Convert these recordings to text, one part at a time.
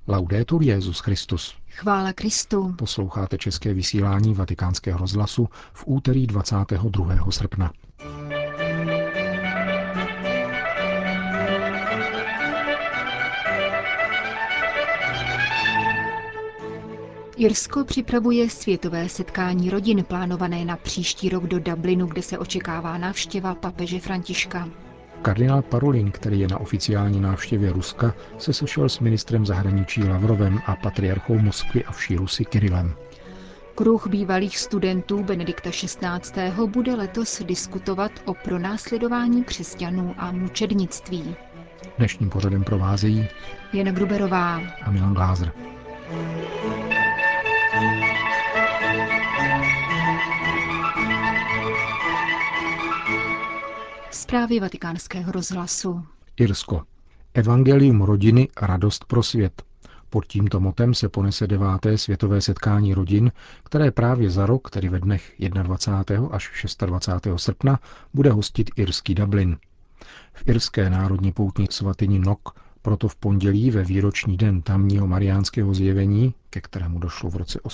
Laudetur Jesus Christus. Chvála Kristu. Posloucháte české vysílání Vatikánského rozhlasu v úterý 22. srpna. Irsko připravuje světové setkání rodin plánované na příští rok do Dublinu, kde se očekává návštěva papeže Františka. Kardinál Parolin, který je na oficiální návštěvě Ruska, se sešel s ministrem zahraničí Lavrovem a patriarchou Moskvy a vší Rusy Kirilem. Kruh bývalých studentů Benedikta XVI. Bude letos diskutovat o pronásledování křesťanů a mučednictví. Dnešním pořadem provázejí Jana Gruberová a Milan Glázer. Zprávy Vatikánského rozhlasu. Irsko. Evangelium rodiny, radost pro svět. Pod tímto motem se ponese 9. světové setkání rodin, které právě za rok, tedy ve dnech 21. až 26. srpna, bude hostit irský Dublin. V irské národní poutní svatyni Knock proto v pondělí ve výroční den tamního mariánského zjevení, ke kterému došlo v roce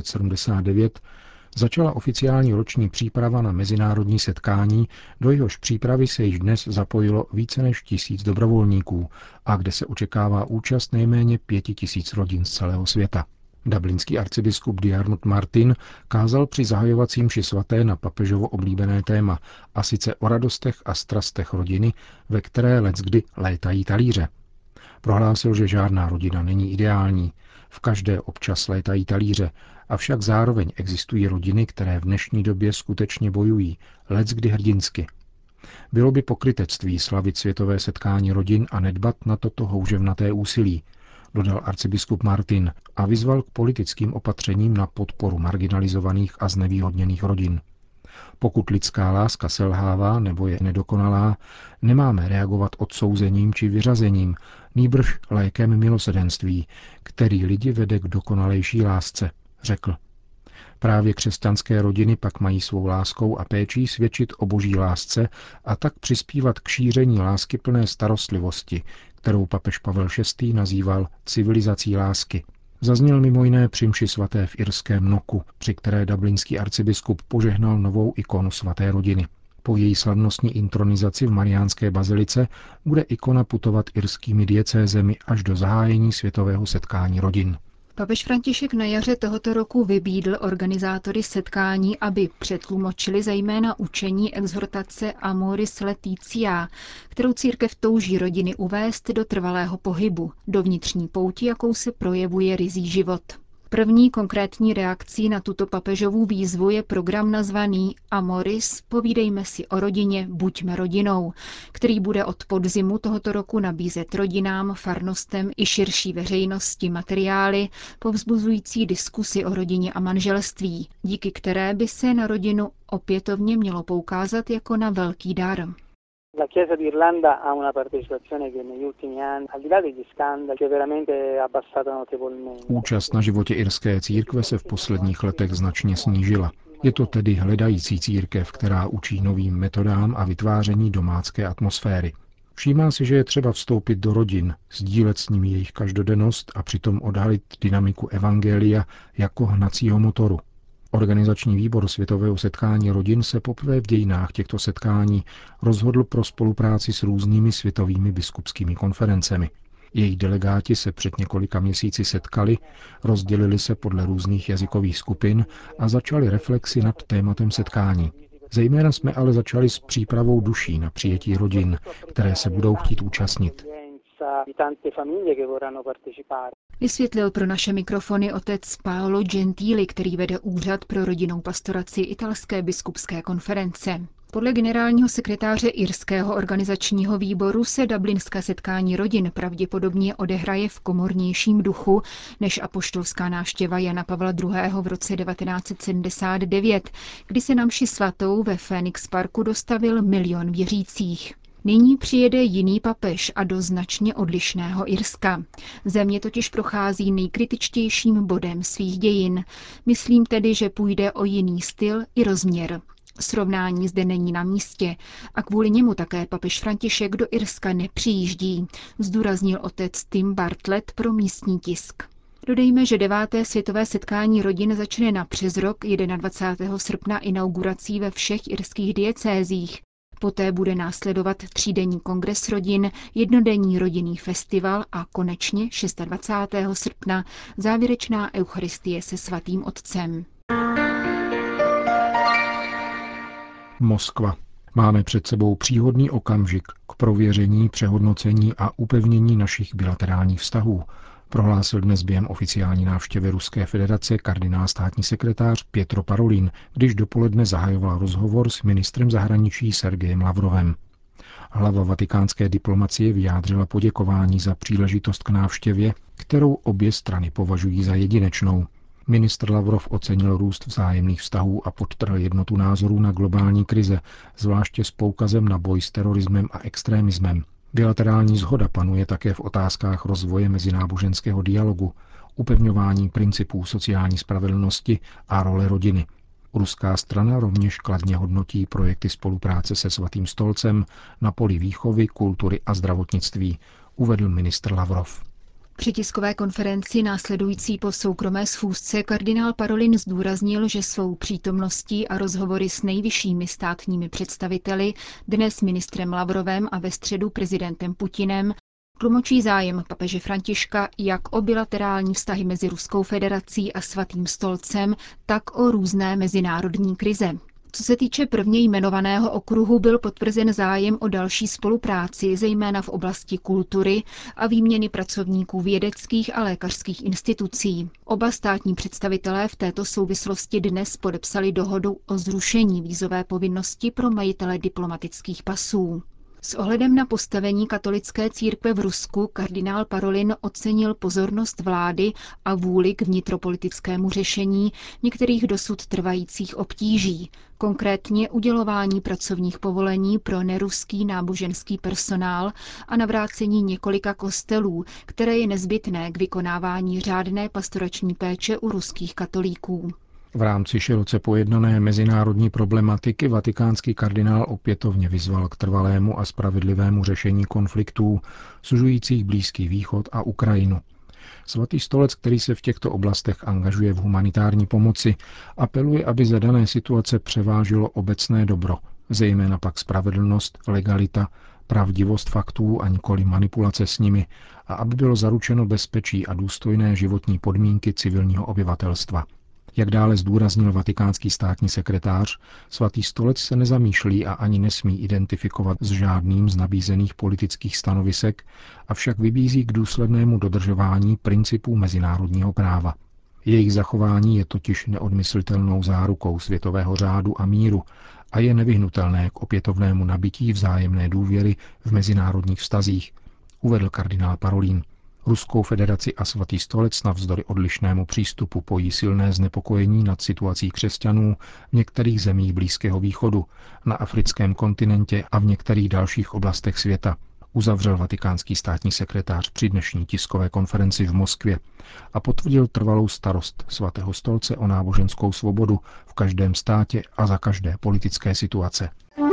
1879, začala oficiální roční příprava na mezinárodní setkání, do jehož přípravy se již dnes zapojilo více než 1000 dobrovolníků a kde se očekává účast nejméně 5000 rodin z celého světa. Dublinský arcibiskup Diarmuid Martin kázal při zahajovací mši svaté na papežovo oblíbené téma, a sice o radostech a strastech rodiny, ve které leckdy létají talíře. Prohlásil, že žádná rodina není ideální, v každé občas létají talíře, avšak zároveň existují rodiny, které v dnešní době skutečně bojují, leckdy hrdinsky. Bylo by pokrytectví slavit světové setkání rodin a nedbat na toto houževnaté úsilí, dodal arcibiskup Martin a vyzval k politickým opatřením na podporu marginalizovaných a znevýhodněných rodin. Pokud lidská láska selhává nebo je nedokonalá, nemáme reagovat odsouzením či vyřazením, nýbrž lékem milosrdenství, který lidi vede k dokonalejší lásce, řekl. Právě křesťanské rodiny pak mají svou láskou a péčí svědčit o boží lásce a tak přispívat k šíření láskyplné starostlivosti, kterou papež Pavel VI. Nazýval civilizací lásky. Zazněl mimo jiné při mši svaté v irském Knocku, při které dublinský arcibiskup požehnal novou ikonu svaté rodiny. Po její slavnostní intronizaci v Mariánské bazilice bude ikona putovat irskými diecézemi až do zahájení světového setkání rodin. Papež František na jaře tohoto roku vybídl organizátory setkání, aby přetlumočili zejména učení exhortace Amoris Laetitia, kterou církev touží rodiny uvést do trvalého pohybu, do vnitřní pouti, jakou se projevuje ryzí život. První konkrétní reakcí na tuto papežovu výzvu je program nazvaný Amoris, povídejme si o rodině, buďme rodinou, který bude od podzimu tohoto roku nabízet rodinám, farnostem i širší veřejnosti materiály povzbuzující diskusi o rodině a manželství, díky které by se na rodinu opětovně mělo poukázat jako na velký dar. La Chiesa d'Irlanda ha una partecipazione che negli ultimi anni, al di là degli scandali, si è veramente abbassata notevolmente. Účast na životě irské církve se v posledních letech značně snížila. Je to tedy hledající církev, která učí novým metodám a vytváření domácké atmosféry. Všímá si, že je třeba vstoupit do rodin, sdílet s nimi jejich každodennost a přitom odhalit dynamiku evangelia jako hnacího motoru. Organizační výbor světového setkání rodin se poprvé v dějinách těchto setkání rozhodl pro spolupráci s různými světovými biskupskými konferencemi. Její delegáti se před několika měsíci setkali, rozdělili se podle různých jazykových skupin a začali reflexi nad tématem setkání. Zejména jsme ale začali s přípravou duší na přijetí rodin, které se budou chtít účastnit. Vysvětlil pro naše mikrofony otec Paolo Gentili, který vede úřad pro rodinnou pastoraci italské biskupské konference. Podle generálního sekretáře irského organizačního výboru se dublinské setkání rodin pravděpodobně odehraje v komornějším duchu než apoštolská návštěva Jana Pavla II. V roce 1979, kdy se na mši svatou ve Phoenix Parku dostavil 1 000 000 věřících. Nyní přijede jiný papež a do značně odlišného Irska. Země totiž prochází nejkritičtějším bodem svých dějin. Myslím tedy, že půjde o jiný styl i rozměr. Srovnání zde není na místě a kvůli němu také papež František do Irska nepřijíždí, zdůraznil otec Tim Bartlett pro místní tisk. Dodejme, že 9. světové setkání rodin začne na přes rok 21. srpna inaugurací ve všech irských diecézích. Poté bude následovat 3denní kongres rodin, jednodenní rodinný festival a konečně 26. srpna závěrečná eucharistie se svatým otcem. Moskva. Máme před sebou příhodný okamžik k prověření, přehodnocení a upevnění našich bilaterálních vztahů, prohlásil dnes během oficiální návštěvy Ruské federace kardinál státní sekretář Pietro Parolin, když dopoledne zahajoval rozhovor s ministrem zahraničí Sergejem Lavrovem. Hlava vatikánské diplomacie vyjádřila poděkování za příležitost k návštěvě, kterou obě strany považují za jedinečnou. Ministr Lavrov ocenil růst vzájemných vztahů a podtrhl jednotu názorů na globální krize, zvláště s poukazem na boj s terorismem a extrémismem. Bilaterální shoda panuje také v otázkách rozvoje mezináboženského dialogu, upevňování principů sociální spravedlnosti a role rodiny. Ruská strana rovněž kladně hodnotí projekty spolupráce se Svatým stolcem na poli výchovy, kultury a zdravotnictví, uvedl ministr Lavrov. Při tiskové konferenci následující po soukromé schůzce kardinál Parolin zdůraznil, že svou přítomností a rozhovory s nejvyššími státními představiteli, dnes ministrem Lavrovem a ve středu prezidentem Putinem, tlumočí zájem papeže Františka jak o bilaterální vztahy mezi Ruskou federací a Svatým stolcem, tak o různé mezinárodní krize. Co se týče prvně jmenovaného okruhu, byl potvrzen zájem o další spolupráci, zejména v oblasti kultury a výměny pracovníků vědeckých a lékařských institucí. Oba státní představitelé v této souvislosti dnes podepsali dohodu o zrušení vízové povinnosti pro majitele diplomatických pasů. S ohledem na postavení katolické církve v Rusku kardinál Parolin ocenil pozornost vlády a vůli k vnitropolitickému řešení některých dosud trvajících obtíží, konkrétně udělování pracovních povolení pro neruský náboženský personál a navrácení několika kostelů, které je nezbytné k vykonávání řádné pastorační péče u ruských katolíků. V rámci široce pojednané mezinárodní problematiky vatikánský kardinál opětovně vyzval k trvalému a spravedlivému řešení konfliktů sužujících Blízký východ a Ukrajinu. Svatý stolec, který se v těchto oblastech angažuje v humanitární pomoci, apeluje, aby za dané situace převážilo obecné dobro, zejména pak spravedlnost, legalita, pravdivost faktů a nikoli manipulace s nimi, a aby bylo zaručeno bezpečí a důstojné životní podmínky civilního obyvatelstva. Jak dále zdůraznil vatikánský státní sekretář, Svatý stolec se nezamýšlí a ani nesmí identifikovat s žádným z nabízených politických stanovisek, avšak vybízí k důslednému dodržování principů mezinárodního práva. Jejich zachování je totiž neodmyslitelnou zárukou světového řádu a míru a je nevyhnutelné k opětovnému nabití vzájemné důvěry v mezinárodních vztazích, uvedl kardinál Parolin. Ruskou federaci a Svatý stolec navzdory odlišnému přístupu pojí silné znepokojení nad situací křesťanů v některých zemích Blízkého východu, na africkém kontinentě a v některých dalších oblastech světa, uzavřel vatikánský státní sekretář při dnešní tiskové konferenci v Moskvě a potvrdil trvalou starost Svatého stolce o náboženskou svobodu v každém státě a za každé politické situace.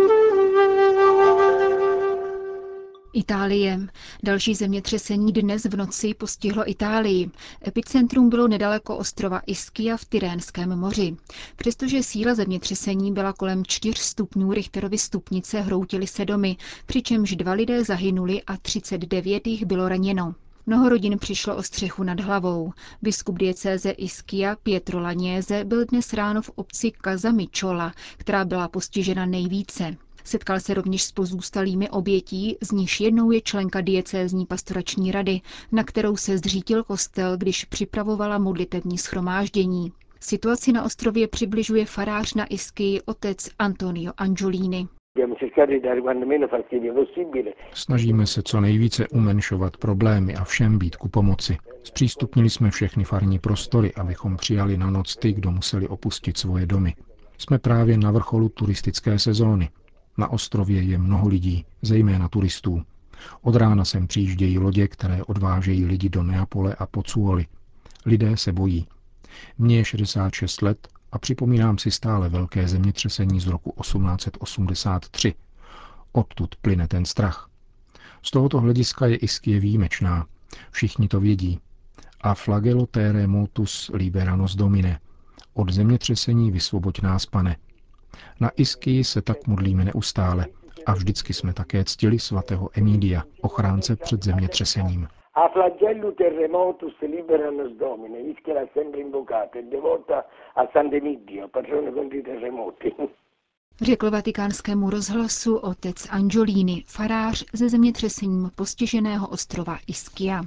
Itálie. Další zemětřesení dnes v noci postihlo Itálii. Epicentrum bylo nedaleko ostrova Ischia v Tyrénském moři. Přestože síla zemětřesení byla kolem 4 stupňů Richterovy stupnice, hroutily se domy, přičemž 2 lidé zahynuli a 39 jich bylo raněno. Mnoho rodin přišlo o střechu nad hlavou. Biskup diecéze Ischia Pietro Lagnese byl dnes ráno v obci Casamicciola, která byla postižena nejvíce. Setkal se rovněž s pozůstalými obětí, z nichž jednou je členka diecézní pastorační rady, na kterou se zřítil kostel, když připravovala modlitevní shromáždění. Situaci na ostrově přibližuje farář na Ischii otec Antonio Angiolini. Snažíme se co nejvíce umenšovat problémy a všem být ku pomoci. Zpřístupnili jsme všechny farní prostory, abychom přijali na noc ty, kdo museli opustit svoje domy. Jsme právě na vrcholu turistické sezóny. Na ostrově je mnoho lidí, zejména turistů. Od rána sem přijíždějí lodě, které odvážejí lidi do Neapole a Pozzuoli. Lidé se bojí. Mně je 66 let A připomínám si stále velké zemětřesení z roku 1883. Odtud plyne ten strach. Z tohoto hlediska je Ischie výjimečná. Všichni to vědí. A flagelo terre motus libera nos domine. Od zemětřesení vysvoboď nás, Pane. Na Ischii se tak modlíme neustále. A vždycky jsme také ctili svatého Emidia, ochránce před zemětřesením. A flagellu terremotus libera nos domine, Ischia sempre invocata, devota a Sant'Emidio, patrono contro i terremoti. Řekl Vatikánskému rozhlasu otec Angiolini, farář ze zemětřesením postiženého ostrova Ischia.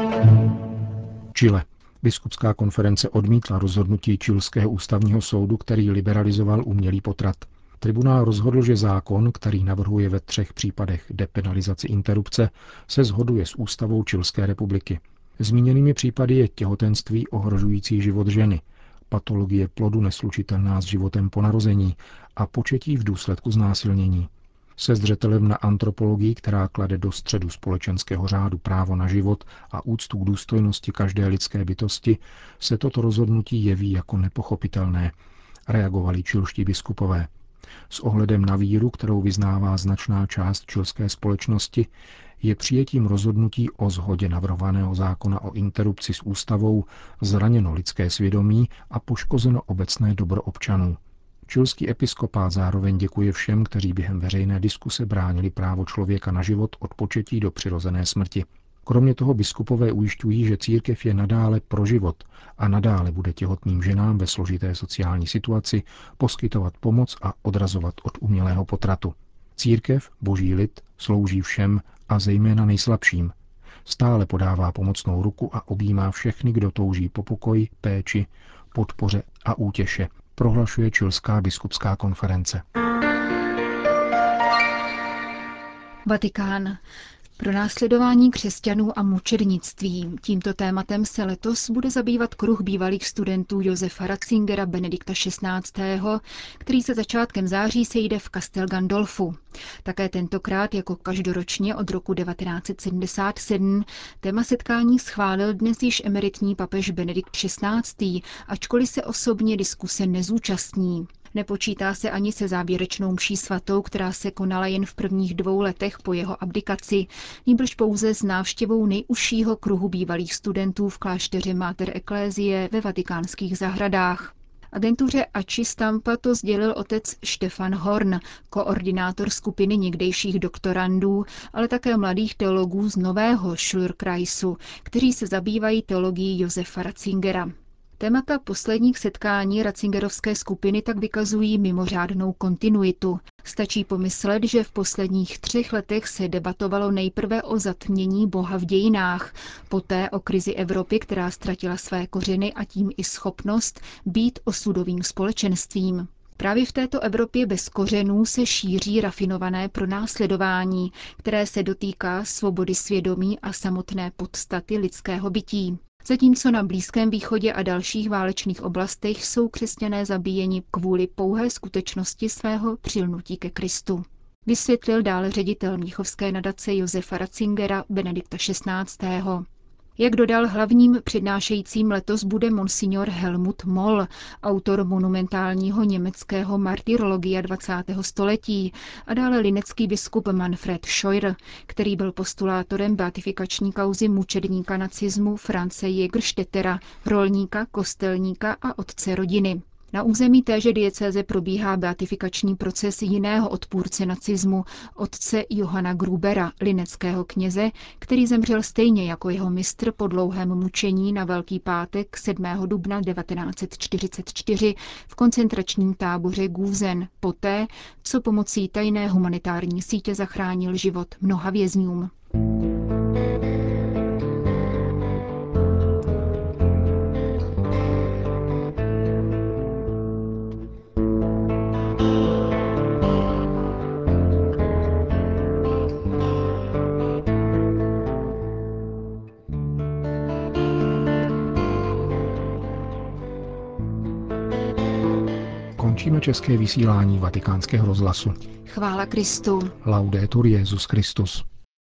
Chile. Biskupská konference odmítla rozhodnutí chilského ústavního soudu, který liberalizoval umělý potrat. Tribunál rozhodl, že zákon, který navrhuje ve 3 případech depenalizaci interrupce, se shoduje s ústavou Chilské republiky. Zmíněnými případy je těhotenství ohrožující život ženy, patologie plodu neslučitelná s životem po narození a početí v důsledku znásilnění. Se zřetelem na antropologii, která klade do středu společenského řádu právo na život a úctu k důstojnosti každé lidské bytosti, se toto rozhodnutí jeví jako nepochopitelné, reagovali chilští biskupové. S ohledem na víru, kterou vyznává značná část chilské společnosti, je přijetím rozhodnutí o shodě navrhovaného zákona o interrupci s ústavou zraněno lidské svědomí a poškozeno obecné dobro občanů. Chilský episkopát zároveň děkuje všem, kteří během veřejné diskuse bránili právo člověka na život od početí do přirozené smrti. Kromě toho biskupové ujišťují, že církev je nadále pro život a nadále bude těhotným ženám ve složité sociální situaci poskytovat pomoc a odrazovat od umělého potratu. Církev, boží lid, slouží všem a zejména nejslabším. Stále podává pomocnou ruku a objímá všechny, kdo touží po pokoji, péči, podpoře a útěše, prohlašuje Chilská biskupská konference. Vatikán. Pronásledování křesťanů a mučednictví. Tímto tématem se letos bude zabývat kruh bývalých studentů Josefa Ratzingera Benedikta XVI., který se začátkem září sejde v Castel Gandolfu. Také tentokrát, jako každoročně od roku 1977, téma setkání schválil dnes již emeritní papež Benedikt XVI., ačkoliv se osobně diskuse nezúčastní. Nepočítá se ani se závěrečnou mší svatou, která se konala jen v prvních 2 letech po jeho abdikaci, nýbrž pouze s návštěvou nejužšího kruhu bývalých studentů v klášteře Mater Ecclesiae ve vatikánských zahradách. Agentuře ACI Stampa to sdělil otec Stefan Horn, koordinátor skupiny někdejších doktorandů, ale také mladých teologů z nového Schulkreisu, kteří se zabývají teologií Josefa Ratzingera. Témata posledních setkání Ratzingerovské skupiny tak vykazují mimořádnou kontinuitu. Stačí pomyslet, že v posledních 3 letech se debatovalo nejprve o zatmění Boha v dějinách, poté o krizi Evropy, která ztratila své kořeny a tím i schopnost být osudovým společenstvím. Právě v této Evropě bez kořenů se šíří rafinované pronásledování, které se dotýká svobody svědomí a samotné podstaty lidského bytí. Zatímco na Blízkém východě a dalších válečných oblastech jsou křesťané zabíjeni kvůli pouhé skutečnosti svého přilnutí ke Kristu. Vysvětlil dále ředitel mnichovské nadace Josefa Ratzingera Benedikta XVI. Jak dodal, hlavním přednášejícím letos bude monsignor Helmut Moll, autor monumentálního německého martyrologia 20. století, a dále linecký biskup Manfred Scheuer, který byl postulátorem beatifikační kauzy mučedníka nacismu France Jägerstättera, rolníka, kostelníka a otce rodiny. Na území téže diecéze probíhá beatifikační proces jiného odpůrce nacismu, otce Johana Grubera, lineckého kněze, který zemřel stejně jako jeho mistr po dlouhém mučení na Velký pátek 7. dubna 1944 v koncentračním táboře Gusen, poté, co pomocí tajné humanitární sítě zachránil život mnoha vězňům. Končíme české vysílání Vatikánského rozhlasu. Chvála Kristu. Laudetur Jesus Christus.